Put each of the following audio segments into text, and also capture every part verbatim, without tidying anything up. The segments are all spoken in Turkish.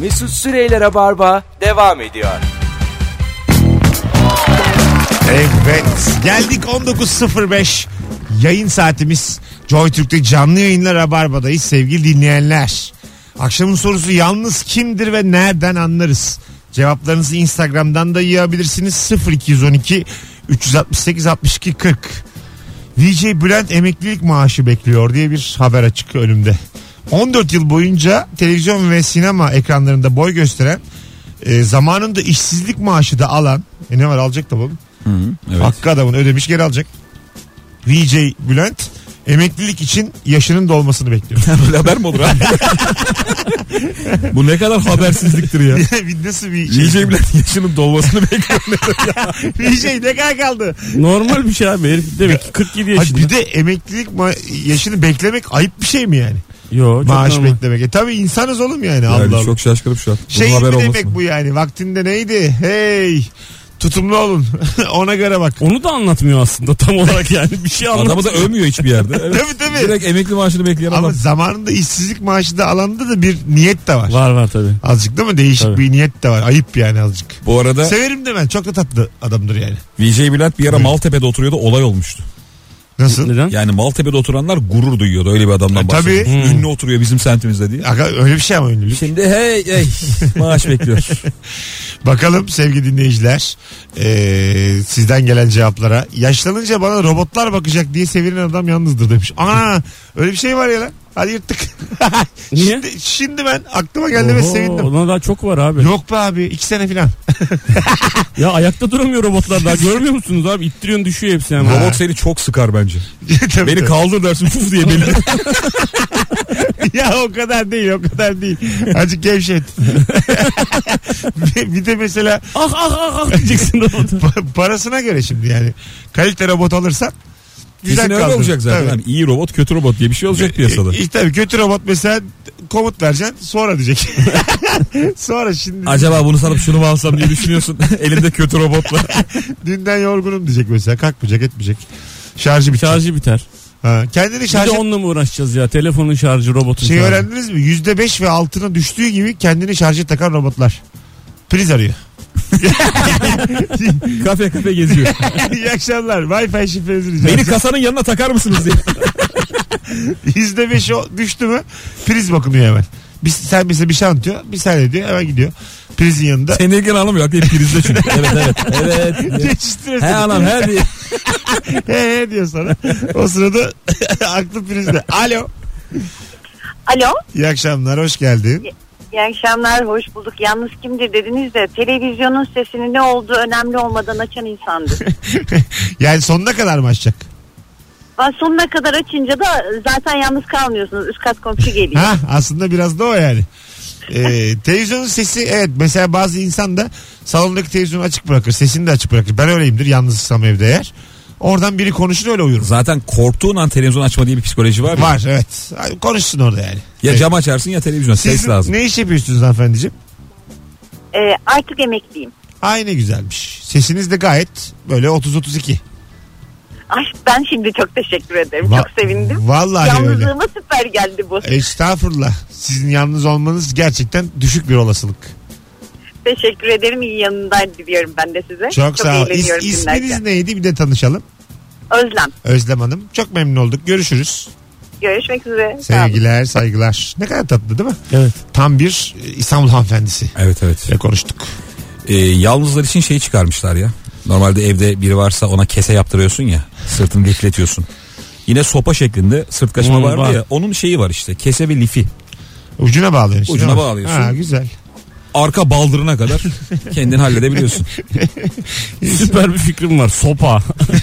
Mesut Süreyler'e barba devam ediyor. Evet, geldik on dokuz sıfır beş yayın saatimiz. Joy Türk'te canlı yayınla Rabarba'dayız sevgili dinleyenler. Akşamın sorusu yalnız kimdir ve nereden anlarız? Cevaplarınızı Instagram'dan da yığabilirsiniz. sıfır iki on iki üç altı sekiz altmış iki kırk. D J Bülent emeklilik maaşı bekliyor diye bir haber açık önümde. on dört yıl boyunca televizyon ve sinema ekranlarında boy gösteren, e, zamanında işsizlik maaşı da alan, e ne var alacak da bunu. Hı hı, evet. Hakkı adamın ödemiş geri alacak. D J Bülent emeklilik için yaşının dolmasını bekliyor. Böyle haber mi olur abi? Bu ne kadar habersizliktir ya. Nasıl bir şey? D J Bülent yaşının dolmasını bekliyor. D J ne kadar kaldı? Normal bir şey abi. Herif demek ki kırk yedi yaşında. Bir de emeklilik ma- yaşını beklemek ayıp bir şey mi yani? Yo, maaş normal. beklemek. E tabii insanız oğlum yani. Yani Allah Allah. çok şaşkınım şu an. Şey mi haber demek olmasın. bu yani? Vaktinde neydi? Hey, tutumlu olun. Ona göre bak. Onu da anlatmıyor aslında tam olarak yani. Bir şey anlatmıyor. Adamı da övmüyor hiçbir yerde. Evet. Tabii tabii. Direkt emekli maaşını bekleyen Ama adam. zamanında işsizlik maaşı da alanda da bir niyet de var. Var var tabii. Azıcık değil mi? Değişik Tabii. bir niyet de var. Ayıp yani azıcık. Bu arada Severim de ben. Çok da tatlı adamdır yani. D J Bülent bir ara Maltepe'de oturuyordu, olay olmuştu. Nasıl? Neden? Yani Maltepe'de oturanlar gurur duyuyordu, öyle bir adamdan E, bahsediyor. tabii. Ünlü oturuyor bizim semtimizde diye. Aga, öyle bir şey ama ünlülük. Şimdi hey hey maaş bekliyor. Bakalım sevgili dinleyiciler, ee, sizden gelen cevaplara. Yaşlanınca bana robotlar bakacak diye sevinen adam yalnızdır demiş. Aa, öyle bir şey var ya lan. Hadi yırttık. Niye? Şimdi, şimdi ben aklıma geldi ve Oho, sevindim. ona daha çok var abi. Yok be abi, iki sene filan. Ya ayakta duramıyor robotlar daha. Görmüyor musunuz abi? İttiriyorsun düşüyor hepsi hemen. Robot seni çok sıkar bence. Tabii, Beni tabii. kaldır dersin puf diye belli. Ya o kadar değil, o kadar değil. Azıcık gevşet. bir, bir de mesela Ah ah ah ah diyeceksin robota. pa- parasına göre şimdi yani. Kalite robot alırsan güzel Kesin öyle kaldır. olacak zaten. Tabii. Yani iyi robot kötü robot diye bir şey olacak piyasada. İşte tabii kötü robot mesela komut vereceksin sonra diyecek. Sonra şimdi Acaba bunu sanıp şunu mu alsam diye düşünüyorsun. Elinde kötü robotla. dünden yorgunum diyecek mesela, kalkmayacak etmeyecek. Şarjı biter. Şarjı biter. Ha, kendini Bir şarj de onunla mı uğraşacağız ya? Telefonun şarjı, robotun şey şarjı. öğrendiniz mi? Yüzde beş ve altına düştüğü gibi kendini şarja takan robotlar. Priz arıyor. Kafe kafe geziyor. İyi akşamlar. Wi-Fi şifrenizi rica Beni etsem. kasanın yanına takar mısınız diye. Yüzde beş o düştü mü priz bakınıyor hemen. Bir, sen mesela bir şey anlatıyor. Bir saniye diyor, hemen gidiyor. Prizin yanında. Seni ilgili anlamıyor. Aklı hep prizde çünkü. Evet evet. Evet. Geçiştiriyor He seni. anam he diye. He he diyor sana. O sırada aklı prizde. Alo. Alo. İyi akşamlar, hoş geldin. İyi akşamlar, hoş bulduk. Yalnız kimdir dediniz de televizyonun sesinin ne olduğu önemli olmadan açan insandır. Yani sonuna kadar mı açacak? Ben sonuna kadar açınca da zaten yalnız kalmıyorsunuz. Üst kat komşu geliyor. Ha, aslında biraz da o yani. Ee, televizyonun sesi, evet, mesela bazı insan da salondaki televizyonu açık bırakır, sesini de açık bırakır. Ben öyleyimdir, yalnızsam evde eğer. Oradan biri konuşur, öyle uyurum. Zaten korktuğun an televizyon açma diye bir psikoloji var ya. Var, evet. Hadi konuşsun orada yani. Ya Evet. cam açarsın ya televizyon. Siz Ses lazım. ne iş yapıyorsunuz hanımefendiciğim? Ee, artık emekliyim. Ay ne güzelmiş. Sesiniz de gayet böyle otuz otuz iki. Ay ben şimdi çok teşekkür ederim. Va- çok sevindim. Vallahi öyle. Yalnızlığıma süper geldi bu. Estağfurullah. Sizin yalnız olmanız gerçekten düşük bir olasılık. Teşekkür ederim. İyi yanından diliyorum ben de size. Çok, sağ ol. İs- eğleniyorum isminiz dinlerken. neydi? Bir de tanışalım. Özlem. Özlem Hanım. Çok memnun olduk. Görüşürüz. Görüşmek üzere. Sağ olun. Sevgiler, saygılar. Ne kadar tatlı değil mi? Evet. Tam bir e, İstanbul hanımefendisi Evet evet. ile konuştuk. Ee, yalnızlar için şeyi çıkarmışlar ya. Normalde evde biri varsa ona kese yaptırıyorsun ya. Sırtını dikiletiyorsun. Yine sopa şeklinde sırt kaşıma Hmm, vardı var. ya. Onun şeyi var işte. Kese ve lifi. Ucuna bağlıyorsun. işte, Ucuna değil mi? bağlıyorsun. Ha, güzel. Arka baldırına kadar kendin halledebiliyorsun. Süper bir fikrim var. Sopa.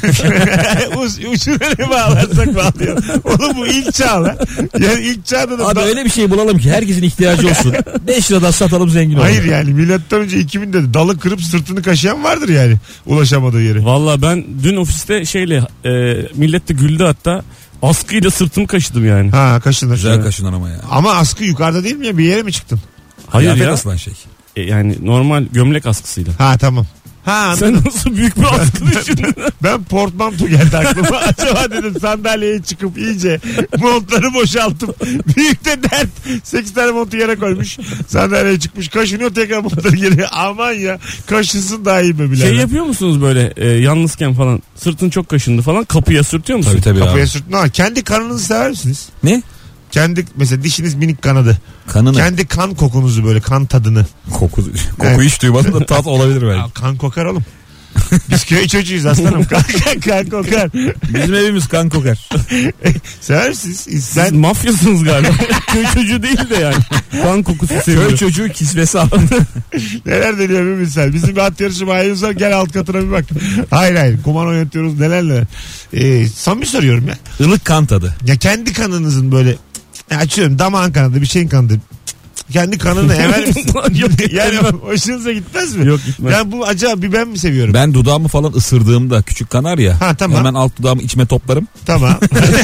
Uc- Ucuna ne bağlarsak bağlıyor. Oğlum bu ilk çağ lan. Yani ilk çağda da... Abi da- öyle bir şey bulalım ki herkesin ihtiyacı olsun. beş liradan satalım zengin olalım. Hayır yani milattan önce iki binde de dalı kırıp sırtını kaşıyan vardır yani. Ulaşamadığı yere. Valla ben dün ofiste şeyle e, millet de güldü hatta. Askıyla sırtımı kaşıdım yani. Ha, kaşınır. Güzel kaşınan ama ya. Ama askı yukarıda değil mi ya? Bir yere mi çıktın? Hayır Kıyafet ya. asılan şey. E, yani normal gömlek askısıyla. Ha tamam. Ha anladım. Sen nasıl büyük bir askı düşündün? Ben portmanto geldi aklıma. Acaba dedim sandalyeye çıkıp iyice montları boşaltıp büyük de dert. sekiz tane montu yere koymuş. Sandalyeye çıkmış. Kaşınıyor tekrar montları geliyor. Aman ya. Kaşınsın daha iyi be bile. Şey yapıyor musunuz böyle e, yalnızken falan sırtın çok kaşındı falan kapıya sürtüyor musun? Tabii tabii Kapıya abi. sürtün ama kendi kanınızı sever misiniz? Ne? Kendi mesela dişiniz minik kanadı. Kanını. Kendi kan kokunuzu böyle kan tadını. Koku, koku Evet. hiç duymadım da tat olabilir belki. Aa, kan kokar oğlum. Biz köy çocuğuyuz aslanım. Kan, kan, kan kokar. Bizim evimiz kan kokar. Sever misiniz? Siz Sen mafyasınız galiba. Köy çocuğu değil de yani. Kan kokusu seviyor. Köy çocuğu kisvesi alın. neler deniyor bir bilsen. Bizim bir at yarışı mahallemiz var. Gel alt katına bir bak. Hayır hayır. Kuman oynatıyoruz neler neler. Ee, samimi soruyorum ya. Ilık kan tadı. Ya kendi kanınızın böyle açıyorum damağın kanadı bir şeyin kanadı. Kendi kanını emer misin? Yok, yani gitmez. hoşunuza gitmez mi? Yok, gitmez. Yani bu acaba bir ben mi seviyorum? Ben dudağımı falan ısırdığımda küçük kanar ya. Ha, tamam. Hemen alt dudağımı içime toplarım. Tamam.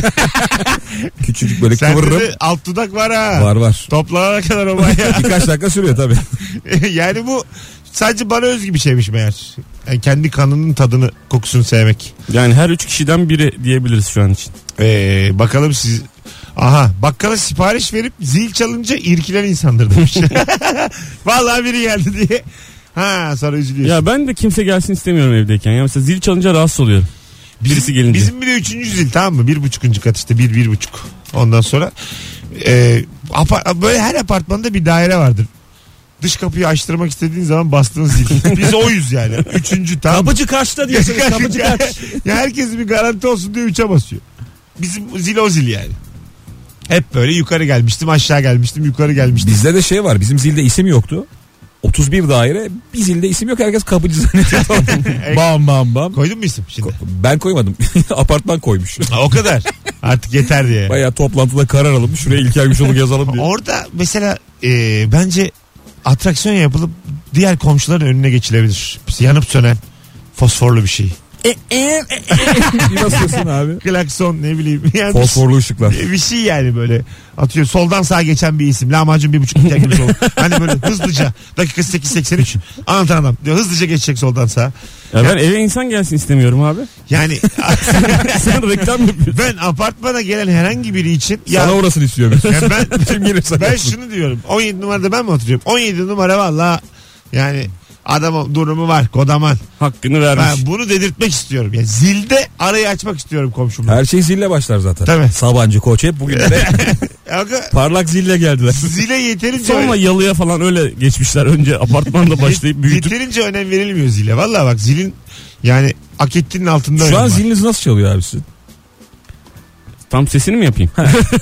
Küçücük böyle Sende kıvırırım. de alt dudak var ha. Var var. Toplanana kadar o bayağı. Birkaç dakika sürüyor tabii. yani bu sadece bana özgü bir şeymiş meğer. Yani kendi kanının tadını kokusunu sevmek. Yani her üç kişiden biri diyebiliriz şu an için. Ee, bakalım siz. Aha bakkala sipariş verip zil çalınca irkilen insandır demiş. Vallahi biri geldi diye. Ha sonra üzülüyorsun. Ya ben de kimse gelsin istemiyorum evdeyken. Ya mesela zil çalınca rahatsız oluyorum. Birisi bizim, gelince. Bizim bir de üçüncü zil tamam mı? Bir buçukuncu kat işte bir bir buçuk. Ondan sonra e, apar, böyle her apartmanda bir daire vardır. Dış kapıyı açtırmak istediğin zaman bastığın zil. Biz oyuz yani. Üçüncü tam. Kapıcı kaçta diyorsun. Kapıcı kaç. ya herkes bir garanti olsun diye üçe basıyor. Bizim zil o zil yani. Hep böyle yukarı gelmiştim aşağı gelmiştim yukarı gelmiştim. Bizde de şey var. Bizim zilde isim yoktu. otuz bir daire. Bir zilde isim yok. Herkes kapıcı zannediyor. bam bam bam. Koydun mu isim şimdi? Ben koymadım. Apartman koymuş. Ha, o kadar. Artık yeter diye. Bayağı toplantıda karar alınmış. Şuraya İlker Gümüşoluk yazalım diye. Orada mesela e, bence atraksiyon yapılıp diğer komşuların önüne geçilebilir. Yanıp sönen fosforlu bir şey. Nasıl diyorsun abi? Klakson ne bileyim. Yani Fosforlu ışıklar. bir, bir şey yani böyle atıyor. Soldan sağa geçen bir isim. Lahmacun bir buçuk İlker Gümüşoluk. Hani böyle hızlıca dakikası sekiz seksen üç. Anlatan adam diyor hızlıca geçecek soldan sağa. Ya ben eve insan gelsin istemiyorum abi. Yani Sen reklam yapıyorsun. ben apartmana gelen herhangi biri için ya, Sana orasını istiyorum. ya ben Kim gelirse ben gelsin. şunu diyorum. on yedi numarada ben mi oturuyorum? on yedi numara valla yani adam durumu var kodaman. Hakkını vermiş. Ben bunu dedirtmek istiyorum. Yani zilde arayı açmak istiyorum komşumla. Her şey zille başlar zaten. Tabii. Sabancı Koç hep bugünlere Aga, parlak zille geldiler. zile yeterince Sonra yalıya falan öyle geçmişler. Önce apartmanda başlayıp büyütüp. yeterince önem verilmiyor zile. Valla bak zilin yani hak ettiğinin altında Şu önem an var. ziliniz nasıl çalıyor abi sizin? Tam sesini mi yapayım?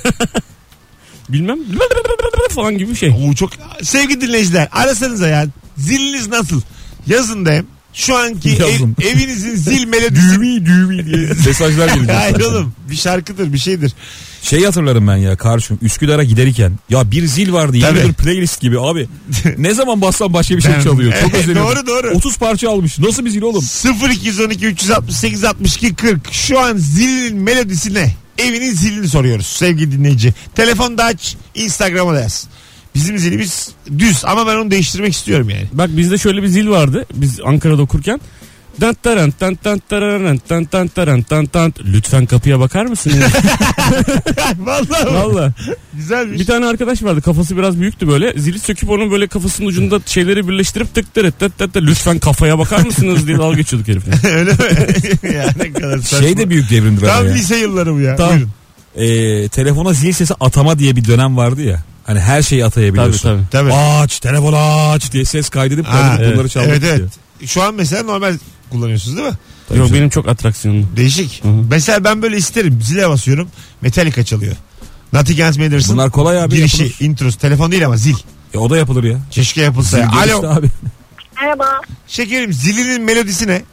Bilmem. Falan gibi bir şey. Oo, çok sevgili dinleyiciler arasanıza ya ziliniz nasıl? Yazın da hem şu anki Yazın. ev, evinizin zil melodisi. Düğmi düğmi diye mesajlar gelecek. Hayır oğlum bir şarkıdır bir şeydir. Şey hatırlarım ben ya karşım Üsküdar'a giderken ya bir zil vardı Tabii. yeni bir playlist gibi abi. Ne zaman bassam başka bir şey Ben- çalıyor. Çok Evet, özleniyorum. doğru, doğru. otuz parça almış. Nasıl bir zil oğlum? sıfır iki on iki üç altı sekiz altmış iki kırk şu an zilin melodisi ne? Evinin zilini soruyoruz sevgili dinleyici. Telefonda aç Instagram'a da yaz. Bizim zilimiz düz ama ben onu değiştirmek istiyorum yani. Bak bizde şöyle bir zil vardı. Biz Ankara'da okurken. Dan taran tan tan tararan tan tan taran tan tan. Lütfen kapıya bakar mısın? Vallahi Valla. güzelmiş. Bir tane arkadaş vardı, kafası biraz büyüktü böyle. Zili söküp onun böyle kafasının ucunda şeyleri birleştirip tık tık tık tık tık lütfen kafaya bakar mısınız diye dalga geçiyorduk herifle. Öyle mi? ya ne kadar saçma. Şey de büyük devrimdir Tam ama ya. lise yılları bu ya. Tam. Buyurun. Ee, telefona zil sesi atama diye bir dönem vardı ya. Hani her şeyi atayabiliyorsun. Tabii tabii. Tabii. Aç telefonu aç diye ses kaydedip Ha, kaydedip bunları evet. çalmak Evet istiyor. evet. Şu an mesela normal kullanıyorsunuz değil mi? Tabii Yok canım. benim çok atraksiyonlu. Değişik. Hı hı. Mesela ben böyle isterim. Zile basıyorum. Metallica çalıyor. Nothing Else Matters'ın Bunlar kolay abi, girişi, yapılır. introsu. Telefon değil ama zil. E, o da yapılır ya. Keşke yapılsa ya. Zil Alo. gelişti abi. Merhaba. Şekerim zilinin melodisi ne?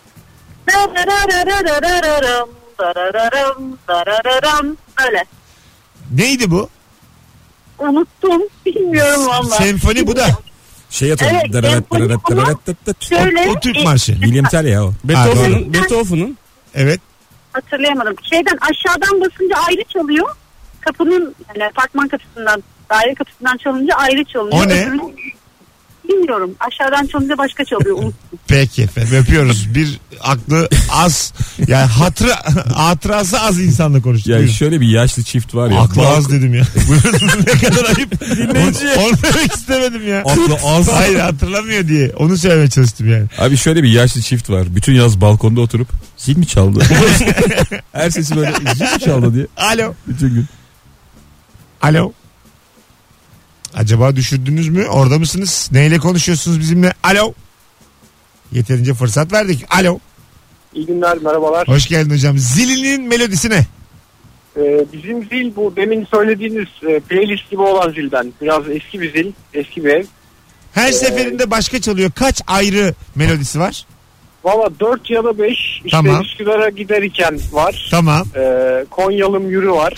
Darararararararam, darararam, darararam. Öyle. Neydi bu? Unuttum. Bilmiyorum valla. Senfoni bu da. Şey atalım. Evet, Dararat, senfoni dararat, ama dararat, tat, tat. Şöyle. O Türk e, marşı. William Tell ya o. Beethoven'ın, Beethoven'ın Evet. Hatırlayamadım. Şeyden aşağıdan basınca ayrı çalıyor. Kapının yani apartman kapısından daire kapısından çalınca ayrı çalınıyor. O ne? Öbürünün- Bilmiyorum. Aşağıdan çalınca başka çalıyor. Peki efendim öpüyoruz. Bir aklı az yani hatıra, hatırası az insanla konuştuk. Yani Buyurun. şöyle bir yaşlı çift var ya. Aklı Balk- az dedim ya. Ne kadar ayıp. Dinleyici. Onu, onu demek istemedim ya. Aklı az. Hayır hatırlamıyor diye. Onu söylemeye çalıştım yani. Abi şöyle bir yaşlı çift var. Bütün yaz balkonda oturup zil mi çaldı? Her sesi böyle zil mi çaldı diye. Alo. Bütün gün. Alo. Acaba düşürdünüz mü? Orada mısınız? Neyle konuşuyorsunuz bizimle? Alo. Yeterince fırsat verdik. Alo. İyi günler, merhabalar. Hoş geldin hocam. Zilinin melodisi ne? Ee, bizim zil bu demin söylediğiniz e, playlist gibi olan zilden. Biraz eski bir zil, eski bir ev. Her Ee, seferinde başka çalıyor. Kaç ayrı melodisi var? Valla dört ya da beş işte Tamam. Üsküdar'a giderken var. Tamam. Ee, Konyalım yürü var.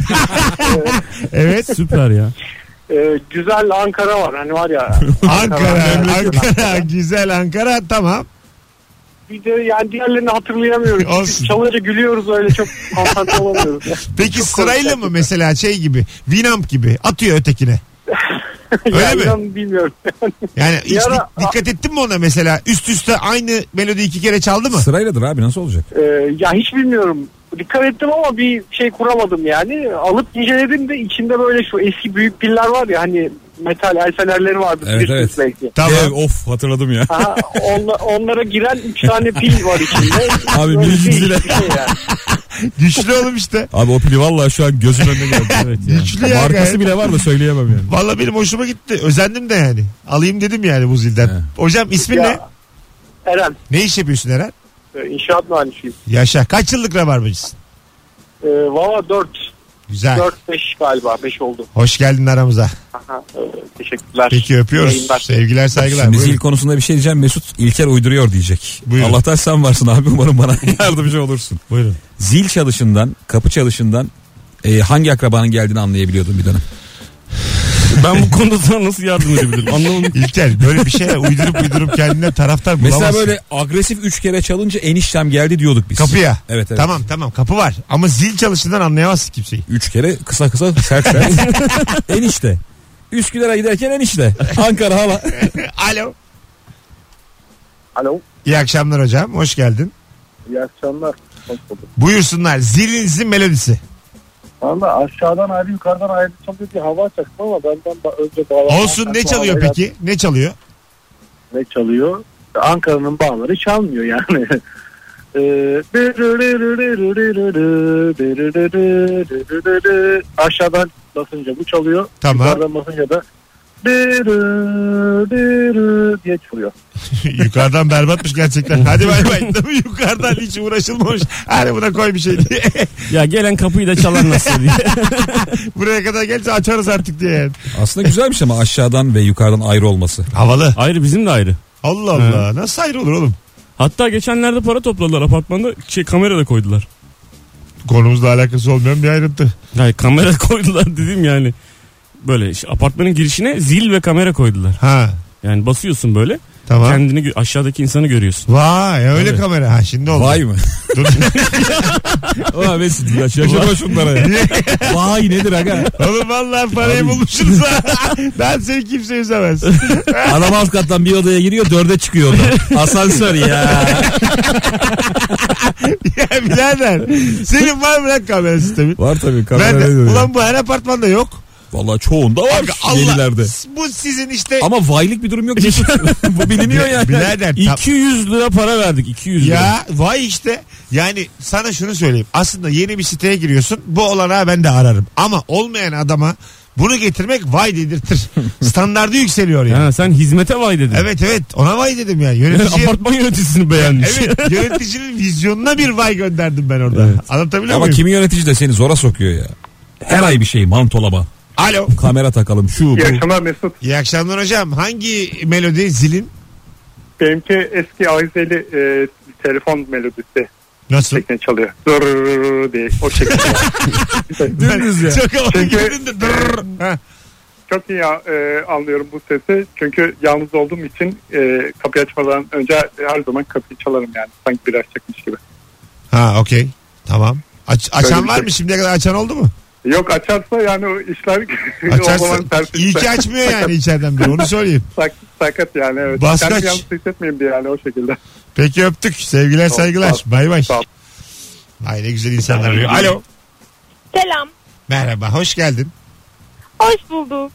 Evet. Süper ya. Ee, güzel Ankara var. Hani var ya. Ankara, memleket Ankara, güzel Ankara. Tamam. Bir de yani diğerlerini hatırlayamıyoruz. Olsun. Çalınca gülüyoruz öyle çok konsantre olamıyoruz. Ya. Peki Çok sırayla komik mı mesela şey gibi? Winamp gibi atıyor ötekine. Öyle yani mi? inan bilmiyorum. Yani hiç Bir ara- dik- dikkat ettin mi ona mesela? Üst üste aynı melodi iki kere çaldı mı? Sırayladır abi, nasıl olacak? Ee, ya hiç bilmiyorum. Dikkat ettim ama bir şey kuramadım yani. Alıp inceledim de içinde böyle şu eski büyük piller var ya hani metal el fenerleri vardı. Evet, bilirsiniz evet. belki. Tamam. Ev, of hatırladım ya. Aha, onla, onlara giren üç tane pil var içinde. Abi Böyle minicik değişik zile. bir şey yani. Güçlü oğlum işte. Abi o pili vallahi şu an gözümün önüne geldi. Evet ya. Güçlü ya Markası gayet. bile var da söyleyemem yani. Valla benim hoşuma gitti. Özendim de yani. Alayım dedim yani bu zilden. He. Hocam ismin ne? Ya, Eren, Ne iş yapıyorsun Eren? e, inşaat mühendisiyim. Yaşa. Kaç yıllık rabarbacısın? E, Valla dört, Güzel. dört beş galiba, beş oldu. Hoş geldin aramıza. Aha, e, teşekkürler. Peki öpüyoruz. Yayınlar. Sevgiler saygılar. Şimdi Buyurun. zil konusunda bir şey diyeceğim. Mesut İlker uyduruyor diyecek. Buyurun. Allah'tan sen varsın abi, umarım bana yardımcı olursun. Buyurun. Zil çalışından, kapı çalışından e, hangi akrabanın geldiğini anlayabiliyordum bir dönem. Ben bu konuda sana nasıl yardım edebilirim? Anlamadım. İlker böyle bir şeyler uydurup uydurup kendine taraftar bulamazsın. Mesela böyle agresif üç kere çalınca eniştem geldi diyorduk biz. Kapıya. Evet evet. Tamam tamam kapı var. Ama zil çalışından anlayamazsın kimseyi. Üç kere kısa kısa sert sert. Enişte. Üsküdar'a giderken enişte. Ankara hala. Alo. Alo, İyi akşamlar hocam. Hoş geldin. iyi akşamlar. Hoş bulduk. Buyursunlar. Zilinizin melodisi. Valla aşağıdan ayrı yukarıdan ayrı çalıyor diye hava açacaktım ama benden ba- önce bağlanan... Olsun ne çalıyor peki? Ne çalıyor? Ne çalıyor? Ankara'nın bağları çalmıyor yani. Aşağıdan basınca bu çalıyor. Tamam. Yukarıdan basınca da diye çalıyor. Yukarıdan berbatmış gerçekten. Hadi bay bay. Değil mi? Yukarıdan hiç uğraşılmamış. Hadi buna koy bir şey diye. Ya gelen kapıyı da çalar nasıl diye. Buraya kadar gelse açarız artık diye yani. Aslında güzelmiş ama aşağıdan ve yukarıdan ayrı olması. Havalı. Ayrı, bizim de ayrı. Allah Allah. Nasıl ayrı olur oğlum? Hatta geçenlerde para topladılar apartmanda, şey, kamera da koydular. Konumuzla alakası olmayan bir ayrıntı. Hayır, kamera koydular dedim yani. Böyle işte apartmanın girişine zil ve kamera koydular. Ha. Yani basıyorsun böyle. Tamam. Kendini gö- aşağıdaki insanı görüyorsun. Vay öyle Tabii. kamera. Ha şimdi oldu. Vay mı? Dur. Ulan Mesut ya şaşırma şunlara ya. Vay nedir aga? Oğlum vallahi parayı bulmuşsunuz ha. Ben seni kimse üzemez. Adam alt kattan bir odaya giriyor, dörde çıkıyor orada. Asansör ya. Ya birader. Senin var mı lan kamera sistemin? Var tabii kamera. Ben de, nedir ya? ulan bu her apartmanda yok. Vallahi çoğunda var Abi Allah, yenilerde. bu sizin işte. Ama vaylık bir durum yok. Bu biliniyor yani. Birader tam- iki yüz lira para verdik, iki yüz lira. ya vay işte. Yani sana şunu söyleyeyim. Aslında yeni bir siteye giriyorsun. Bu olanağı ben de ararım. Ama olmayan adama bunu getirmek vay dedirtir. Standardı yükseliyor yani. Ha, sen hizmete vay dedin. Evet evet ona vay dedim yani. Yönetici, Apartman yöneticisini beğenmiş. evet yöneticinin vizyonuna bir vay gönderdim ben orada. Evet. Anlatabiliyor Ama muyum? kimi yönetici de seni zora sokuyor ya. Her ay bir şey mantolama. Alo. Kamera takalım şu bu. İyi akşamlar Mesut. İyi akşamlar hocam. Hangi melodi zilin? Benimki eski avizeli e, telefon melodisi Nasıl? şeklinde çalıyor. Zırrrr diye o şekilde. Dümdüz ya. Çok havalı Çünkü- girdin de dırrrr. Ha. Çok iyi e, anlıyorum bu sesi. Çünkü yalnız olduğum için e, kapıyı açmadan önce her zaman kapıyı çalarım yani. Sanki biri açacakmış gibi. Ha okey. Tamam. Aç, açan bir var şey. mı? Şimdiye kadar açan oldu mu? Yok açarsa yani o işler o Açarsa zaman ters iyi ki açmıyor yani içeriden biri, onu söyleyeyim. Sak, sakat yani evet. Bas Kendimi kaç. yalnız hissetmeyeyim diye yani o şekilde. Peki öptük. Sevgiler Tamam, saygılar. sağ ol. Bay bay. Sağ ol. Ay ne güzel insanlar arıyor. Alo. Selam. Merhaba, hoş geldin. Hoş bulduk.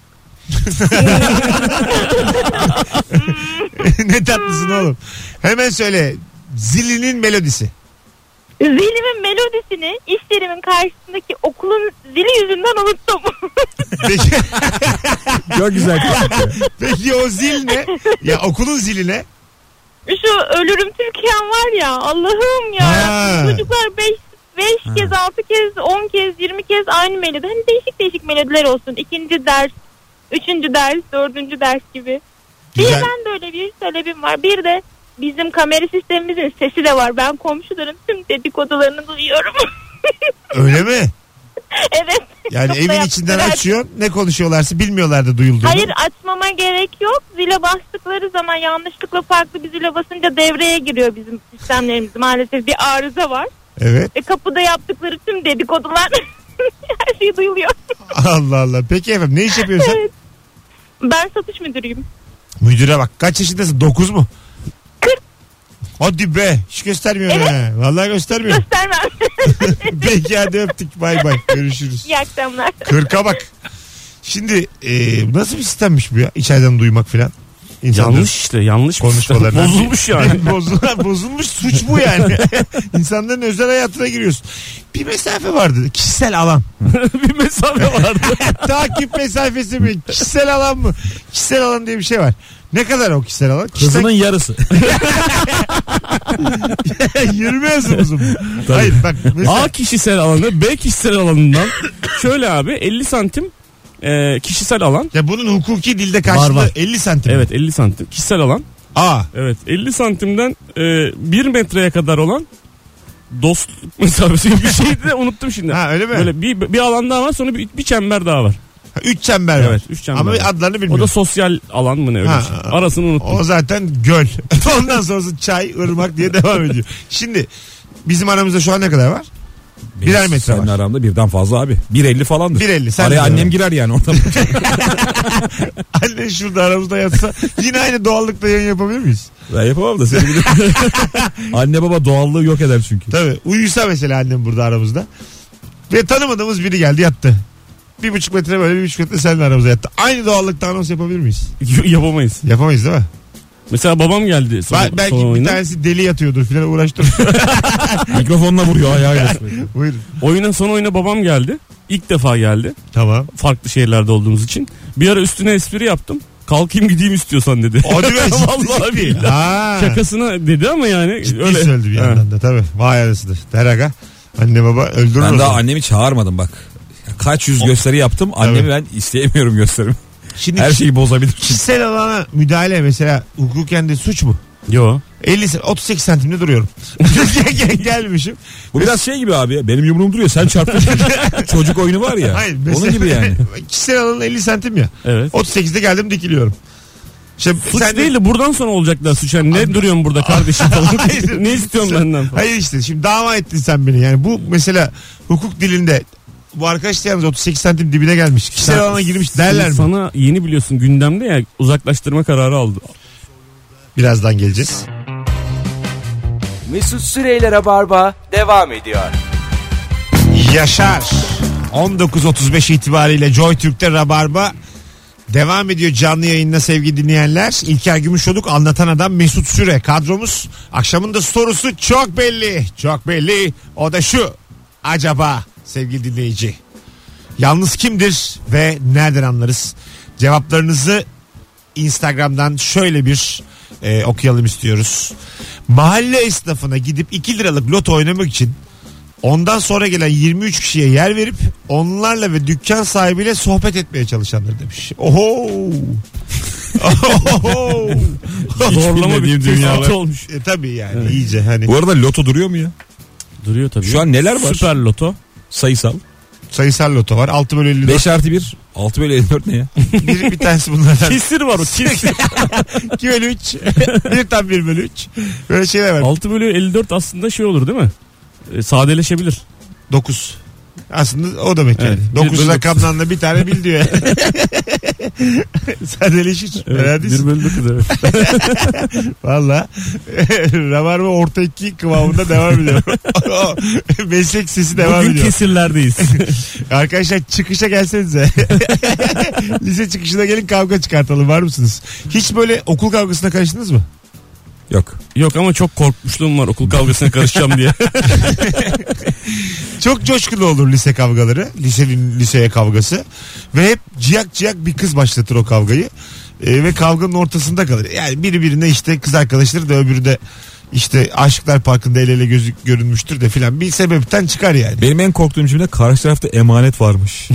Ne tatlısın oğlum. Hemen söyle. Zilinin melodisi. Zilimin melodisini iş yerimin karşısındaki okulun zili yüzünden unuttum. Peki, Çok güzel. peki o zil ne? Ya okulun zili ne? Şu ölürüm Türkiye'm var ya, Allah'ım ya. Ha. Çocuklar beş beş kez, altı kez, on kez, yirmi kez aynı melodi. Hani değişik değişik melodiler olsun. İkinci ders, üçüncü ders, dördüncü ders gibi. Bir Güzel. ben de öyle bir talebim var. Bir de bizim kamera sistemimizin sesi de var. Ben komşuların tüm dedikodularını duyuyorum. Öyle mi? Evet. Yani Çok da evin yaptılar. içinden açıyorsun, ne konuşuyorlarsa bilmiyorlar da duyulduğunu. Hayır, açmama gerek yok. Zile bastıkları zaman yanlışlıkla farklı bir zile basınca devreye giriyor bizim sistemlerimiz. Maalesef bir arıza var. Evet. Ve kapıda yaptıkları tüm dedikodular her şey duyuluyor. Allah Allah. Peki efendim, ne iş yapıyorsun sen? Evet. Ben satış müdürüyüm. Müdüre bak. Kaç yaşındasın? dokuz mu? kırk. Hadi be. Hiç göstermiyor Evet. ha. Vallahi göstermiyor. Göstermem. Peki hadi öptük. Bay bay. Görüşürüz. İyi akşamlar. kırka bak. Şimdi e, nasıl bir sistemmiş bu ya? İçeriden duymak filan. İnsanların Yanlış işte, yanlış bir sistem. konuşmalarından. Bozulmuş yani. Bozulmuş, bozulmuş suç bu yani. İnsanların özel hayatına giriyorsun. Bir mesafe vardı. Kişisel alan. Bir mesafe vardı. Takip mesafesi mi? Kişisel alan mı? Kişisel alan diye bir şey var. Ne kadar o kişisel alan? Hızının yarısı. yirmi hızımız mı? Hayır bak. Mesela... A kişisel alanı B kişisel alanından şöyle abi elli santim e, kişisel alan. Ya bunun hukuki dilde karşılığı Var, var. elli santim. Evet, elli santim kişisel alan. A. Evet, elli santimden e, bir metreye kadar olan dostluk mesafesi gibi bir şeydi de unuttum şimdi. Ha öyle mi? Böyle bir, bir alan daha var, sonra bir, bir çember daha var. Ha, üç çember var. Evet, üç çember Ama var. adlarını O bilmiyorum. da sosyal alan mı ne öyle Ha, bir şey. Arasını unuttum. O zaten göl. Ondan sonrası çay, ırmak diye devam ediyor. Şimdi bizim aramızda şu an ne kadar var? Birer metre Senin var. aramda birden fazla abi. bir elli falandır. bir elli. Sen Araya de annem var. girer yani orada. Annen şurada aramızda yatsa yine aynı doğallıkta yayın yapabilir miyiz? Ben yapamam da seni bilirim. Anne baba doğallığı yok eder çünkü. Tabii. Uyusa mesela annem burada aramızda. Ve tanımadığımız biri geldi yattı. Bir buçuk metre böyle, bir buçuk metre seninle aramızda yattı. Aynı doğallıkta anons yapabilir miyiz? Yapamayız. Yapamayız değil mi? Mesela babam geldi son, Ba- belki son bir oyuna. tanesi deli yatıyordur filan, uğraştır. Mikrofonla vuruyor ayağıyla. Buyurun. Oyuna son oyuna babam geldi. İlk defa geldi. Tamam. Farklı şehirlerde olduğumuz için. Bir ara üstüne espri yaptım. Kalkayım gideyim istiyorsan dedi. Hadi be. Vallahi billahi. Ha. Şakasına dedi ama yani Ciddi öyle. söyledi bir Ha. yandan da tabii. Vay arasıdır. Deraga. Anne baba öldürür. Ben o daha zaman. annemi çağırmadım bak. Kaç yüz gösteri yaptım. Annemi ben isteyemiyorum gösterimi. Şimdi Her şeyi bozabilir. kişisel alana müdahale mesela hukuken de suç mu? Yo. elli se- otuz sekiz santimde duruyorum. Gelmişim. Bu biraz şey gibi abi. Benim yumruğum duruyor. Sen çarptın. Çocuk oyunu var ya. Hayır, Onun gibi yani. Kişisel alanın elli santim ya. Evet. otuz sekizde geldim dikiliyorum. İşte Suç sen de- değil de buradan sonra olacaklar suç. Yani ne duruyorsun burada kardeşim falan. Hayır. Ne istiyorsun benden falan. Hayır işte şimdi dava ettin sen beni. Yani bu mesela hukuk dilinde bu arkadaş da yalnız otuz sekiz santim dibine gelmiş. Kişisel alana girmiş derler mi? Sana yeni biliyorsun gündemde ya uzaklaştırma kararı aldı. Birazdan geleceğiz. Mesut Süreyler'e barba devam ediyor. Yaşar. on dokuz otuz beş itibariyle Joy Türk'te Rabarba devam ediyor canlı yayında sevgili dinleyenler. İlker Gümüşoluk, Anlatan Adam, Mesut Süre kadromuz. Akşamın da sorusu çok belli. Çok belli. O da şu. Acaba sevgili dinleyici, yalnız kimdir ve nereden anlarız? Cevaplarınızı Instagram'dan şöyle bir e, okuyalım istiyoruz. Mahalle esnafına gidip iki liralık loto oynamak için ondan sonra gelen yirmi üç kişiye yer verip onlarla ve dükkan sahibiyle sohbet etmeye çalışanlar demiş. Oho. Oho. Zorlama bir bilmediğim dünya dünyalar. olmuş. E, tabii yani iyice hani Bu arada loto duruyor mu ya? Duruyor tabii. Şu an neler var? Süper loto. Sayısal. sayısal loto var. altı bölü elli dört. beş artı bir. altı bölü elli dört ne ya? bir, bir tanesi bunlardan. Kesir var o kesir. iki bölü üç. bir tam bir bölü üç. Böyle şeyler var. altı bölü elli dört aslında şey olur değil mi? E, sadeleşebilir. dokuz. Aslında o demek yani. Evet, dokuz bir rakamdan da bir tane bil diyor. Sadeleşir. Evet, bir bölü dokuz evet. Valla Rabarba orta iki kıvamında devam ediyor. Meslek sesi devam Bugün ediyor. kesirlerdeyiz. Arkadaşlar çıkışa gelsenize. Lise çıkışına gelin, kavga çıkartalım, var mısınız? Hiç böyle okul kavgasına karıştınız mı? Yok. Yok ama çok korkmuşluğum var okul kavgasına karışacağım diye. Çok coşkulu olur lise kavgaları. Lisenin liseye kavgası. Ve hep ciyak ciyak bir kız başlatır o kavgayı. Ee, ve kavganın ortasında kalır. Yani biri birine işte kız arkadaşları da, öbürü de işte Aşıklar Parkı'nda el ele gözük görünmüştür de filan. Bir sebepten çıkar yani. Benim en korktuğum cümle, karşı tarafta emanet varmış.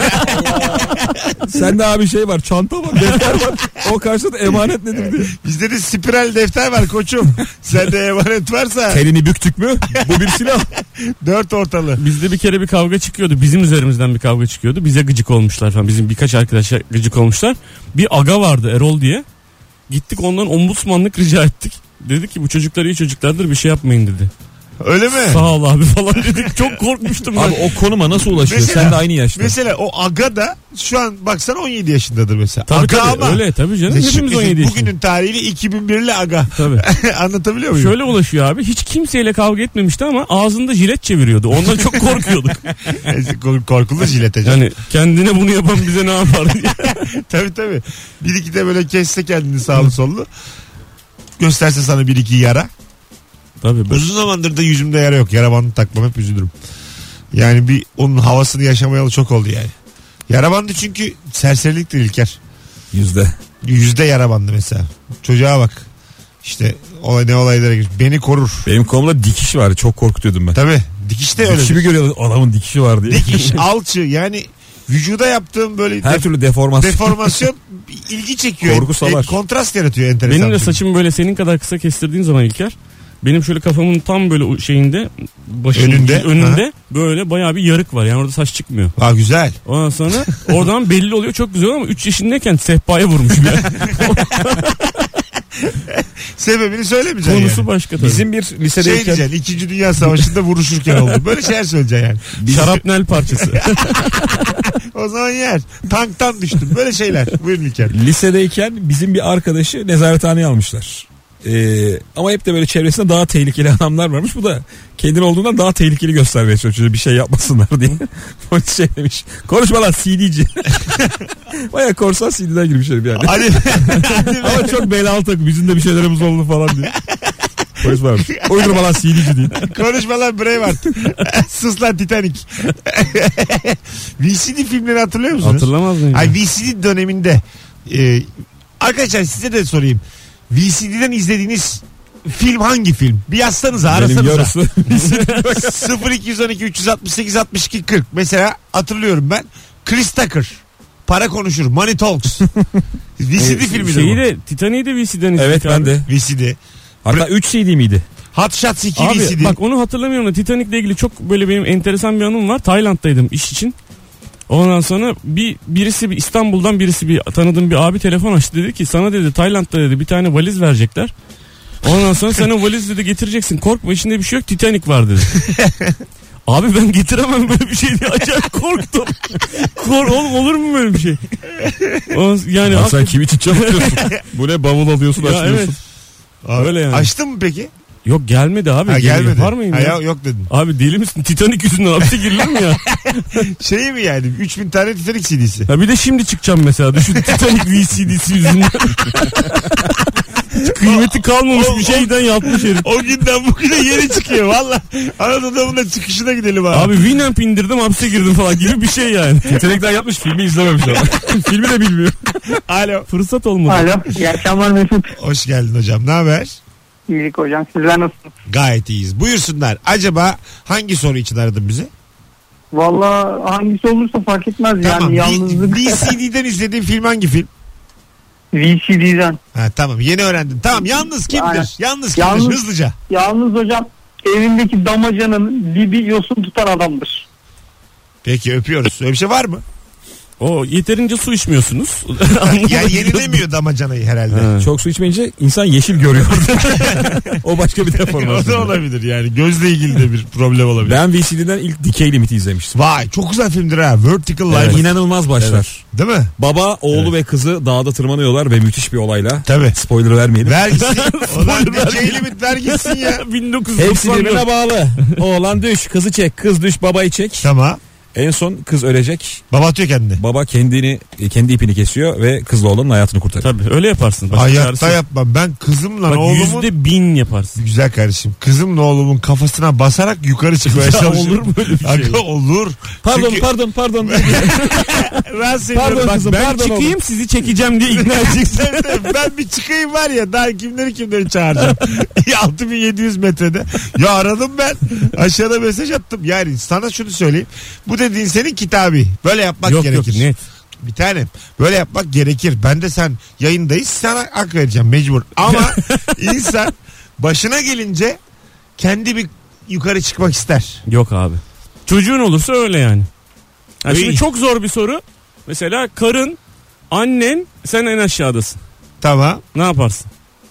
Sende abi şey var, çanta var, defter var. O karşıda emanet nedir diye. Bizde de spiral defter var koçum. Sende emanet varsa. Telini büktük mü? Bu bir silah. Dört ortalı. Bizde bir kere bir kavga çıkıyordu. Bizim üzerimizden bir kavga çıkıyordu. Bize gıcık olmuşlar falan. Bizim birkaç arkadaşa gıcık olmuşlar. Bir aga vardı, Erol diye. Gittik ondan ombudsmanlık rica ettik. Dedi ki bu çocuklar iyi çocuklardır, bir şey yapmayın dedi. Öyle mi? Sağ ol abi falan dedik. Çok korkmuştum ben. Abi o konuma nasıl ulaşıyor? Mesela- Sen de aynı yaşta. Mesela o aga da şu an baksana on yedi yaşındadır mesela. Tabii aga tabii, ama. öyle tabii canım. Mesela Hepimiz on yedi yaşındayız. bugünün tarihiyle iki bin birli aga. Tabii. Anlatabiliyor muyum? Şöyle ulaşıyor abi. Hiç kimseyle kavga etmemişti ama ağzında jilet çeviriyordu. Ondan çok korkuyorduk. Kork- Korkulu jilete canım. Yani kendine bunu yapan bize ne yapar diye. Tabii tabii. Bir iki de böyle kesse kendini sağlı sollu. Gösterse sana bir iki yara. Tabii. Uzun zamandır da yüzümde yara yok. Yara bandı takmam, hep üzülürüm. Yani bir onun havasını yaşamayalı çok oldu yani. Yara bandı çünkü serseriliktir İlker. Yüzde. Yüzde yara bandı mesela. Çocuğa bak. İşte olay ne olaylara girmiş. Beni korur. Benim kolumda dikiş vardı, çok korkutuyordum ben. Tabii. Dikiş de öyle. Dikişi bir görüyordum, adamın dikişi var diye. Dikiş, alçı, yani vücuda yaptığım böyle Her def- türlü deformasyon. deformasyon ilgi çekiyor. Korku salar. E, kontrast yaratıyor enteresan. Benim de bir şey. saçımı böyle senin kadar kısa kestirdiğin zaman İlker, benim şöyle kafamın tam böyle o şeyinde, başının Önünde. önünde böyle bayağı bir yarık var. Yani orada saç çıkmıyor. Ha güzel. Ondan sonra oradan belli oluyor, çok güzel, ama üç yaşındayken sehpaya vurmuşum yani. Sebebini söylemeyeceksin Konusu yani. başka tabii. Bizim bir Şey lisedeyken diyeceksin, İkinci Dünya Savaşı'nda vuruşurken oldu. Böyle şeyler söyleyeceksin yani. Şarapnel parçası. O zaman yer. Tanktan düştüm. Böyle şeyler. Buyurun İlker. lisedeyken bizim bir arkadaşı nezarethaneye almışlar. Ee, ama hep de böyle çevresinde daha tehlikeli adamlar varmış. Bu da kendini olduğundan daha tehlikeli göstermeye çalışıyor, bir şey yapmasınlar diye. Polis şey demiş, konuşma lan C D'ci. Baya korsan C D'den girmiş herif yani. Hadi. Ama çok belalı takım, bizim de bir şeylerimiz oldu falan diye. Polis varmış. Uydurma lan C D'ci diye. Konuşma lan Braveheart. Sus lan Titanic. V C D filmleri hatırlıyor musunuz? Hatırlamaz mıyım? Ay V C D döneminde e, arkadaşlar size de sorayım. V C D'den izlediğiniz film hangi film? Bir yazsanıza, Benim arasanıza. yarısı. sıfır iki on iki üç altı sekiz altmış iki kırk mesela hatırlıyorum ben. Chris Tucker. Para konuşur. Money Talks. V C D filmi Şeyi de de Titanic'i de V C'den izledik Evet, ben abi. de. bu. V C D. Hatta üç C D miydi? Hot Shots iki Abi V C D. bak onu hatırlamıyorum da Titanic'le ilgili çok böyle benim enteresan bir anım var. Tayland'daydım iş için. Ondan sonra bir birisi bir İstanbul'dan birisi bir tanıdığım bir abi telefon açtı, dedi ki sana dedi Tayland'da dedi bir tane valiz verecekler. Ondan sonra sen o valiz dedi getireceksin, korkma içinde bir şey yok, Titanic var dedi. Abi ben getiremem böyle bir şey diye acayip korktum. Kor oğlum, olur mu böyle bir şey? O, yani Ya hak- sen kim için çalışıyorsun? Bu ne, bavul alıyorsun, Ya açmıyorsun. evet. Abi, öyle yani. Açtın mı peki? Yok gelmedi abi. Ha, gelmedi. Var mıyım ha, ya? ya? Yok dedin. Abi deli misin? Titanic yüzünden hapse girilir mi ya? Şey mi yani? üç bin tane Titanic C D'si. Ha bir de şimdi çıkacağım mesela. Düşün, Titanic V C D'si yüzünden. Hiç kıymeti kalmamış O- bir şeyden yapmış herif. O günden bugüne yeni çıkıyor. Valla Anadolu'nun da çıkışına gidelim abi. Abi Winamp indirdim hapse girdim falan gibi bir şey yani. Titanic'den yapmış, filmi izlememiş ama. Filmi de bilmiyor. Alo. Fırsat olmadı. Alo. İyi akşamlar Mesut. Hoş geldin hocam. Ne haber? İyilik hocam. Sizler nasılsınız? Gayet iyiyiz. Buyursunlar. Acaba hangi soru için aradın bizi? Valla hangisi olursa fark etmez. Tamam. Yani yalnızlık. V C D'den izlediğin film hangi film? V C D'den. Ha, tamam, yeni öğrendin. Tamam, yalnız kimdir? Aynen. Yalnız kimdir? Yalnız- Hızlıca. Yalnız hocam evindeki damacanın dibi yosun tutan adamdır. Peki, öpüyoruz. Öyle bir şey var mı? O yeterince su içmiyorsunuz. Yani yenilemiyor damacanayı herhalde. Ha. Çok su içmeyince insan yeşil görüyor. O başka bir O deformasyon. da olabilir yani. Gözle ilgili de bir problem olabilir. Ben V C D'den ilk Dikey Limit'i izlemiştim. Vay çok güzel filmdir ha. Vertical Evet. Life. İnanılmaz başlar. Evet. Değil mi? Baba, oğlu ve kızı dağda tırmanıyorlar ve müthiş bir olayla. Tabii. Spoiler vermeyelim. Ver gitsin. Ulan Dikey Limit ver gitsin ya. bin dokuz yüz Hepsi doksan dört. birbirine bağlı. Oğlan düş, kızı çek, kız düş, babayı çek. Tamam. En son kız ölecek. Baba atıyor kendini. Baba kendini kendi ipini kesiyor ve kızla oğlanın hayatını kurtarıyor. Tabii öyle yaparsın. Başka çaresi Hayatta yok. yapmam. Ben kızımla Bak oğlumun... yüzde bin yaparsın. Güzel kardeşim. Kızımla oğlumun kafasına basarak yukarı çıkmaya Ya çalışıyorum. olur mu öyle bir şey? Aga olur. Pardon Çünkü pardon pardon. rahatsız Pardon ediyorum. Bak, kızım, Ben pardon çıkayım oğlum. sizi çekeceğim diye ikna edeceksin. Sen de ben bir çıkayım var ya daha kimleri kimleri çağıracağım. altı bin yedi yüz metrede. Ya aradım ben. Aşağıda mesaj attım. Yani sana şunu söyleyeyim. Bu dediğin senin kitabı. Böyle yapmak Yok yok gerekir. net. Bir tanem. Böyle yapmak gerekir. Ben de sen yayındayız. Sana hak vereceğim mecbur. Ama insan başına gelince kendi bir yukarı çıkmak ister. Yok abi. Çocuğun olursa öyle yani. yani İyi. şimdi çok zor bir soru. Mesela karın, annen, sen en aşağıdasın. Tamam. Ne yaparsın?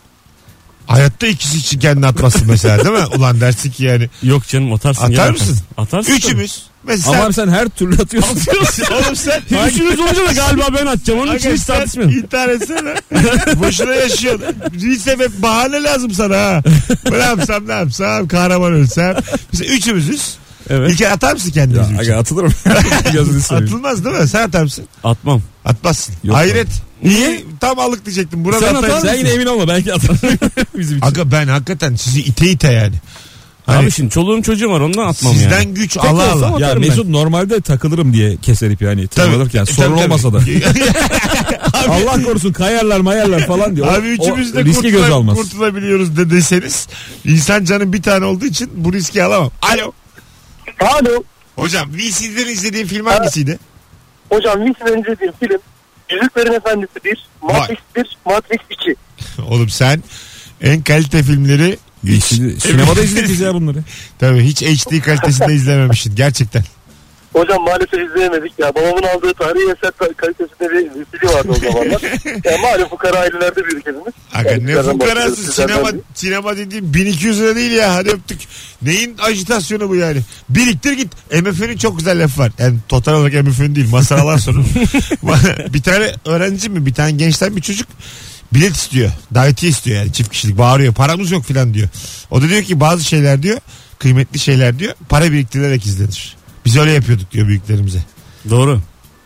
Hayatta ikisi için kendini atmasın mesela değil mi? Ulan dersin ki yani. Yok canım atarsın. Atar ya, mısın? Atarsın. Üçümüz. Mesela Ama sen her türlü atıyorsun. oğlum sen tabii. Üçünüz olunca da galiba ben atacağım. Onun için Aga hiç sen tartışmıyorum. intihar etsene. Boşuna yaşıyorsun. Bir sebep bahane lazım sana ha. Ne yapsam ne yapsam kahraman ölsem. Mesela üçümüzüz. Evet. İlker atar mısın kendini Ya, bizim için? aga atılırım. Gözünü seveyim. Atılmaz değil mi? Sen atar mısın? Atmam. Atmazsın. Yok Hayret. Niye? Tam alık diyecektim. Burada Sen, atar atar, mısın? sen yine emin olma belki atarım. Bizim için. Aga ben hakikaten sizi ite ite yani. Hani Abi şimdi çoluğum çocuğum var ondan atmam sizden yani. güç Tek Allah olsam Allah. Ya atarım Mesut normalde takılırım diye keser ipi yani tırmanırken Tabii, sorun tabii, olmasa da. tabii. Allah korusun kayarlar mayarlar falan diyor. Abi üçümüz de riski göz kurtula- almaz. kurtulabiliyoruz de deseniz insan canın bir tane olduğu için bu riski alamam. Alo. Alo. Hocam V C'den izlediğin film hangisiydi? Hocam Vinci'den izlediğim film Yüzüklerin Efendisi bir, Matrix bir, Matrix iki. Oğlum sen en kalite filmleri hiç, Şimdi sinemada izledik ya bunları. tabii hiç H D kalitesinde izlememişsin gerçekten. Hocam maalesef izleyemedik ya. Babamın aldığı tarihi eser ta- kalitesinde bir film vardı o zamanlar. Ya malum fukara ailelerde büyüdük hepimiz. Aga Yani ne sizlerden fukarası bahsediyoruz, sizlerden sinema, değil. sinema dediğim bin iki yüz lira değil ya hadi öptük. Neyin ajitasyonu bu yani? Biriktir git. M F N'in çok güzel lafı var. Yani total olarak M F N değil masaralar sonra. Bir tane öğrenci mi bir tane gençten bir çocuk bilet istiyor. Davetiye istiyor yani çift kişilik bağırıyor. Paramız yok filan diyor. O da diyor ki bazı şeyler diyor kıymetli şeyler diyor para biriktirilerek izlenir. Biz öyle yapıyorduk diyor büyüklerimize. Doğru.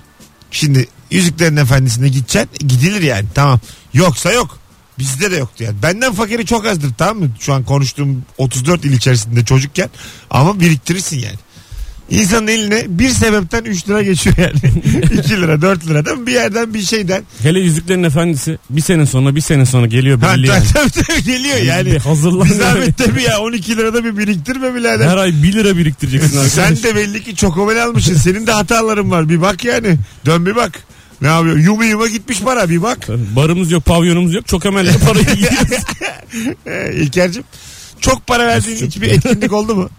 Şimdi Yüzüklerin Efendisi'ne gideceksin gidilir yani tamam. Yoksa yok. Bizde de yoktu yani. Benden fakiri çok azdır tamam mı? Şu an konuştuğum otuz dört il içerisinde çocukken. Ama biriktirirsin yani. İnsanın eline bir sebepten üç lira geçiyor yani. iki lira dört liradan bir yerden bir şeyden. Hele Yüzüklerin Efendisi bir sene sonra bir sene sonra geliyor Ha, belli yani. tabii, tabii, geliyor Bir yani. hazırlan Bir yani. zahmet tabii ya on iki lirada bir biriktirme birader. Her ay bir lira biriktireceksin arkadaş. Sen de belli ki çok ovel almışsın. Senin de hataların var. Bir bak yani. Dön bir bak. Ne yapıyor? Yuma yuma gitmiş para bir bak. Barımız yok, pavyonumuz yok. Çok hemen parayı yiyoruz. Ee, İlker'cim çok para verdiğin hiçbir etkinlik oldu mu?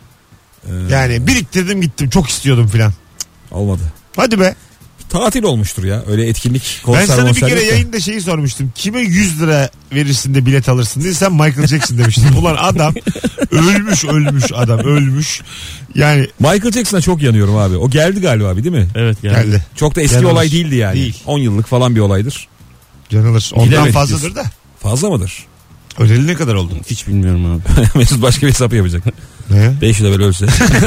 Yani biriktirdim gittim çok istiyordum filan. Olmadı. Hadi be. Tatil olmuştur ya. Öyle etkinlik konser Ben sana bir monser kere yok da. yayında şeyi sormuştum. Kime yüz lira verirsin de bilet alırsın diye sen Michael Jackson demiştin. Ulan adam ölmüş ölmüş adam ölmüş. Yani Michael Jackson'a çok yanıyorum abi. O geldi galiba abi değil mi? Evet geldi. geldi. Çok da eski Yanılır. olay değildi yani. Değil. on yıllık falan bir olaydır. Canılır. Ondan Gidemedik fazladır da. Fazla mıdır? Öleli ne kadar oldu? Hiç bilmiyorum abi. Mesut başka bir hesap yapacak. Ne? beş yıl evvel ölse.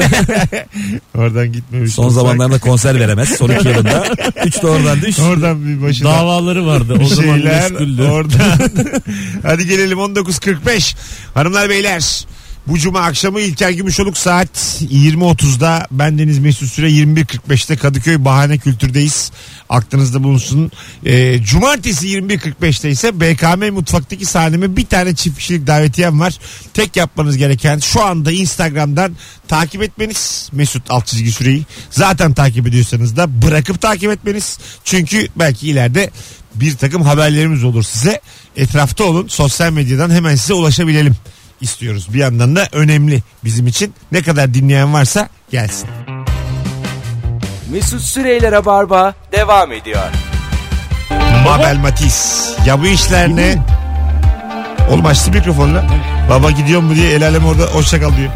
Oradan gitmemiş. Son olsak. zamanlarda konser veremez. Son iki yılında. Üç de oradan düş. Oradan bir başına. Davaları vardı. O zaman şeyler meşguldü. oradan. Hadi gelelim on dokuz kırk beş. Hanımlar beyler. Bu cuma akşamı İlker Gümüşoluk saat yirmi otuzda bendeniz Mesut Süre yirmi bir kırk beşte Kadıköy Bahane Kültür'deyiz. Aklınızda bulunsun. Ee, Cumartesi yirmi bir kırk beşte ise B K M Mutfak'taki sahneme bir tane çift kişilik davetiyem var. Tek yapmanız gereken şu anda Instagram'dan takip etmeniz Mesut alt çizgi Süreyi. Zaten takip ediyorsanız da bırakıp takip etmeniz. Çünkü belki ileride bir takım haberlerimiz olur size. Etrafta olun. Sosyal medyadan hemen size ulaşabilelim istiyoruz. Bir yandan da önemli bizim için. Ne kadar dinleyen varsa gelsin. Mesut Süreyler'e barba devam ediyor. Mabel Matiz. Ya bu işler ne? Oğlum açtı mikrofonla. Baba gidiyor mu diye el alem orada hoşça kal diyor.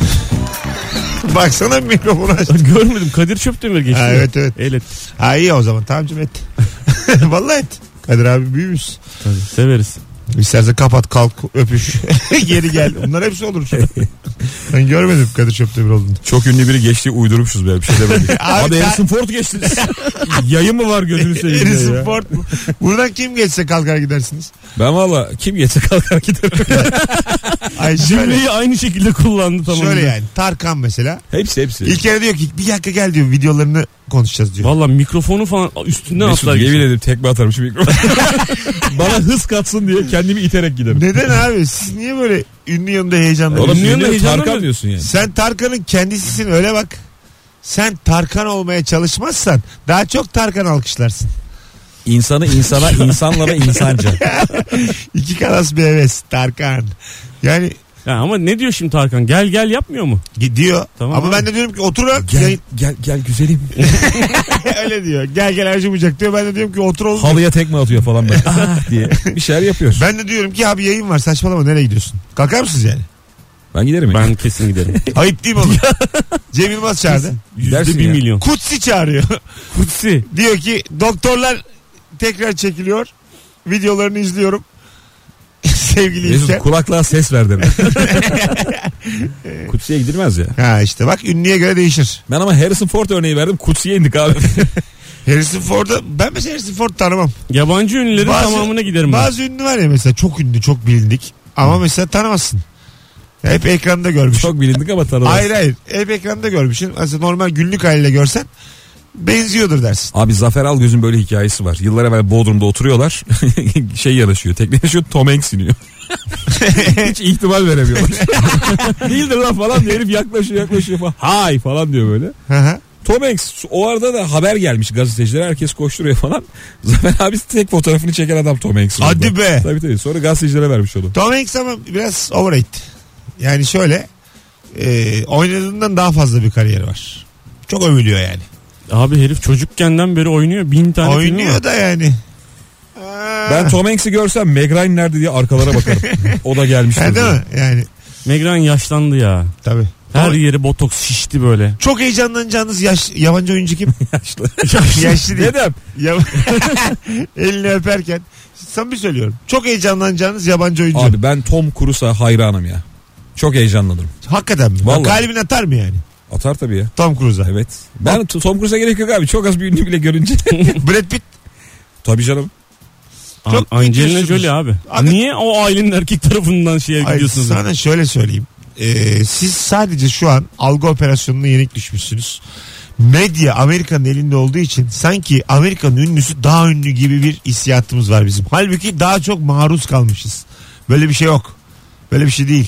Baksana mikrofonu açtı. Görmedim. Kadir Çöptemir geçti. Ha, evet evet. Evet. Ha iyi o zaman. Tamam canım et. Vallahi et. Kadir abi büyümüş. Tabii, severiz. İsterse kapat kalk öpüş. Geri gel. Bunlar hepsi olur. Ben görmedim Kadir Çöptemir olduğunu. Çok ünlü biri geçti uydurmuşuz böyle bir şey demedik. Abi, Abi Harrison Ford geçti. Yayın mı var gözünü seveyim diye Harrison ya. Ford mu? Buradan kim geçse kalkar gidersiniz. Ben valla kim geçse kalkar giderim. Ay şöyle, Cümleyi aynı şekilde kullandı tamam. şöyle yani. Tarkan mesela. Hepsi hepsi. İlk kere diyor ki bir dakika gel diyor videolarını konuşacağız diyor. Valla mikrofonu falan üstünden Mesut atlar yemin geçiyor. ederim tekme atarım şu mikrofonu. Bana hız katsın diye kendimi iterek giderim. Neden abi? Siz niye böyle ünlü yanında heyecanlı? Oğlum Ünlü yanında ünlü heyecanlanmıyor. Tarkan diyorsun yani. Sen Tarkan'ın kendisisin öyle bak. Sen Tarkan olmaya çalışmazsan daha çok Tarkan alkışlarsın. İnsanı insana, insanlara insanca. İki kalas bir heves Tarkan. Yani Ya ama ne diyor şimdi Tarkan? Gel gel yapmıyor mu? gidiyor. Tamam Ama abi. ben de diyorum ki otur lan. Gel Yayın- gel gel güzelim. öyle diyor. Gel gel acımayacak diyor. Ben de diyorum ki otur oğlum. Halıya tekme atıyor falan böyle. Ah diye bir şeyler yapıyor. Ben de diyorum ki abi yayın var saçmalama nereye gidiyorsun? Kalkar mısınız yani? Ben giderim ya. Ben kesin giderim. Ayıp değil mi oğlum? Cem Yılmaz çağırdı. Gidersin Yüzde bir ya. milyon. Kutsi çağırıyor. Kutsi. Diyor ki doktorlar tekrar çekiliyor. Videolarını izliyorum. Sevgili Mesut İlker. kulaklığa ses ver demek. Kutsi'ye gidilmez ya. Ha işte bak ünlüye göre değişir. Ben ama Harrison Ford örneği verdim. Kutsi'ye indik abi. Harrison Ford'a ben mesela Harrison Ford tanımam. Yabancı ünlülerin Bazı- tamamına giderim ben. Bazı ünlü var ya mesela çok ünlü çok bilindik. Ama mesela tanımazsın. Hep ekranda görmüşsün. Çok bilindik ama tanımaz. Hayır hayır. Hep ekranda görmüşsün. Mesela normal günlük haliyle görsen benziyordur dersin. Abi Zafer Algöz'ün böyle hikayesi var. Yıllar evvel Bodrum'da oturuyorlar. şey yarışıyor. Tekne yarışıyor. Tom Hanks iniyor. Hiç ihtimal veremiyorlar. Değildir lan falan diye herif yaklaşıyor yaklaşıyor falan. Hay falan diyor böyle. Hı hı. Tom Hanks o arada da haber gelmiş gazetecilere. Herkes koşturuyor falan. Zafer abi tek fotoğrafını çeken adam Tom Hanks. Hadi orada. be. Tabii tabii. Sonra gazetecilere vermiş onu. Tom Hanks ama biraz overrated. Yani şöyle e, oynadığından daha fazla bir kariyeri var. Çok övülüyor yani. Abi herif çocukkenden beri oynuyor. Bin tane filmi Oynuyor var. da yani. Ben Tom Hanks'i görsem Meg Ryan nerede diye arkalara bakarım. O da gelmiştir. Ha, değil diye. mi? Yani Meg Ryan yaşlandı ya. tabii. Her Ama yeri botoks şişti böyle. çok heyecanlanacağınız yaş, yabancı oyuncu kim? Yaşlı. Yaşlı değil. Dedem. Ya- elini öperken. Samimi söylüyorum. Çok heyecanlanacağınız yabancı oyuncu. Abi ben Tom Cruise'a hayranım ya. Çok heyecanlanırım. Hakikaten mi? Vallahi. Kalbin atar mı yani? Atar tabii ya. Tom Cruise'a. Evet. Ben t- Tom Cruise'a gerek yok abi. Çok az bir ünlü bile görünce. Brad Pitt. Tabii canım. Çok An- Angelina biliyorsunuz. Jolie abi. Abi- Niye o ailenin erkek tarafından şeye Ay, gidiyorsunuz? sana şöyle söyleyeyim. Ee, siz sadece şu an algı operasyonuna yenik düşmüşsünüz. Medya Amerika'nın elinde olduğu için sanki Amerika'nın ünlüsü daha ünlü gibi bir hissiyatımız var bizim. Halbuki daha çok maruz kalmışız. Böyle bir şey yok. Böyle bir şey değil.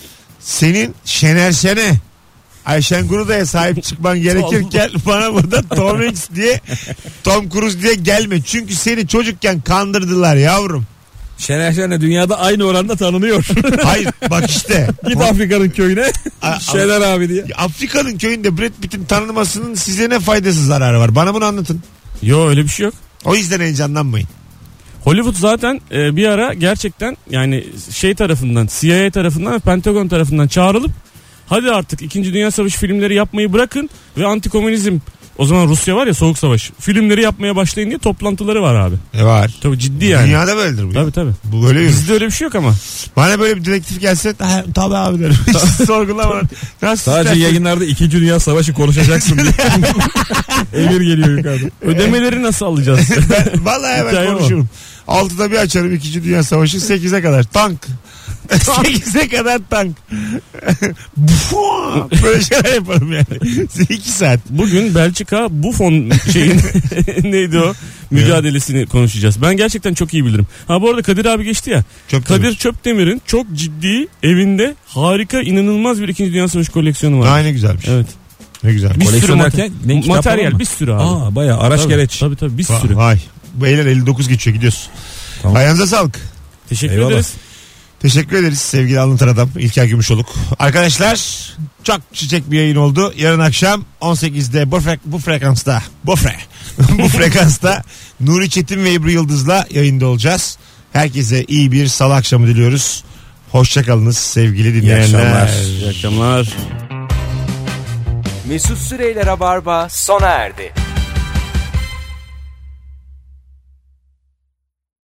Senin Şener Şen'e Ayşen Guruda'ya sahip çıkman gerekirken bana burada Tom Hanks diye Tom Cruise diye gelme. Çünkü seni çocukken kandırdılar yavrum. Şener Şen'le dünyada aynı oranda tanınıyor. Hayır bak işte. Git Afrika'nın köyüne. A- Şener abi diye. Afrika'nın köyünde Brad Pitt'in tanınmasının size ne faydası zararı var? Bana bunu anlatın. Yo öyle bir şey yok. O yüzden heyecanlanmayın. Hollywood zaten e, bir ara gerçekten yani şey tarafından C I A tarafından ve Pentagon tarafından çağrılıp hadi artık İkinci Dünya Savaşı filmleri yapmayı bırakın ve antikomünizm, o zaman Rusya var ya, Soğuk Savaş filmleri yapmaya başlayın diye toplantıları var abi. E var. Tabii ciddi yani. Dünyada böyledir bu. ya. Tabii tabii. Bu böyle yürür. Bizde öyle bir şey yok ama. Bana böyle bir direktif gelse "Ha, tabii abi derim. Hiç sorgulamadan. Nasıl Sadece istersen. yayınlarda İkinci Dünya Savaşı konuşacaksın diye. Emir geliyor yukarıda. Ödemeleri nasıl alacağız? Ben, vallahi hemen Hikaye o. konuşurum. Altıda bir açarım İkinci Dünya Savaşı sekize kadar. Tank. sekize kadar tank. Böyle şeyler yaparım yani. iki saat. Bugün Belçika bu fon şeyin neydi o mücadelesini konuşacağız. Ben gerçekten çok iyi bilirim. Ha bu arada Kadir abi geçti ya. Çok Kadir tabii. Çöpdemir'in çok ciddi evinde harika, inanılmaz bir İkinci Dünya Savaşı koleksiyonu var. Aa, ne güzelmiş. Evet. Ne güzel. Bir sürü Koleksiyon mate- derken ne, kitap falan materyal mı? bir sürü abi. Aa bayağı araç tabii, gereç. Tabii tabii bir Vay, sürü. Vay. Beyler elli dokuz geçiyor gidiyoruz. Tamam. Ayağınıza sağlık. Teşekkür Eyvallah. ederiz. Teşekkür ederiz sevgili Anlatan Adam İlker Gümüşoluk. Arkadaşlar çok çiçek bir yayın oldu. Yarın akşam on sekizde bu, frek- bu frekansta bu, fre- bu frekansta Nuri Çetin ve Ebru Yıldız'la yayında olacağız. Herkese iyi bir salı akşamı diliyoruz. Hoşçakalınız sevgili dinleyenler. İyi akşamlar. Mesut Süreyler'e barba sona erdi.